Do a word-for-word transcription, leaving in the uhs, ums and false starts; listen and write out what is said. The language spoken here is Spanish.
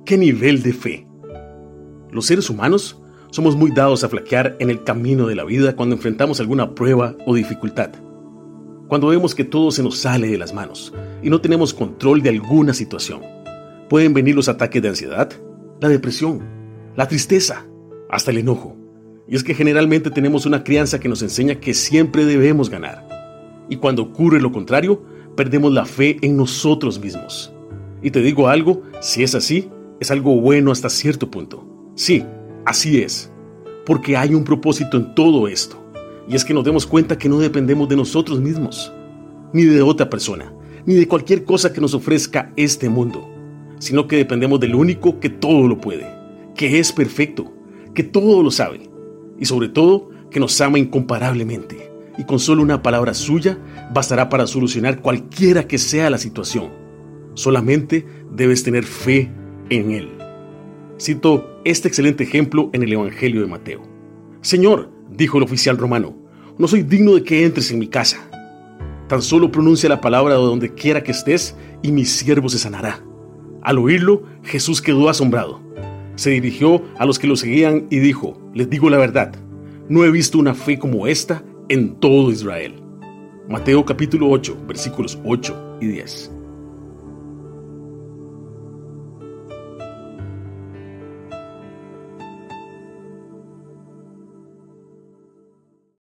¿Qué nivel de fe? Los seres humanos somos muy dados a flaquear en el camino de la vida cuando enfrentamos alguna prueba o dificultad. Cuando vemos que todo se nos sale de las manos y no tenemos control de alguna situación. Pueden venir los ataques de ansiedad, la depresión, la tristeza, hasta el enojo. Y es que generalmente tenemos una crianza que nos enseña que siempre debemos ganar. Y cuando ocurre lo contrario, perdemos la fe en nosotros mismos. Y te digo algo, si es así, es algo bueno hasta cierto punto. Sí, así es. Porque hay un propósito en todo esto. Y es que nos demos cuenta que no dependemos de nosotros mismos, ni de otra persona, ni de cualquier cosa que nos ofrezca este mundo, sino que dependemos del único que todo lo puede, que es perfecto, que todo lo sabe, y sobre todo, que nos ama incomparablemente, y con solo una palabra suya bastará para solucionar cualquiera que sea la situación. Solamente debes tener fe en Él. Cito este excelente ejemplo en el Evangelio de Mateo. Señor, dijo el oficial romano, no soy digno de que entres en mi casa. Tan solo pronuncia la palabra de donde quiera que estés y mi siervo se sanará. Al oírlo, Jesús quedó asombrado. Se dirigió a los que lo seguían y dijo, les digo la verdad, no he visto una fe como esta en todo Israel. Mateo capítulo ocho, versículos ocho y diez.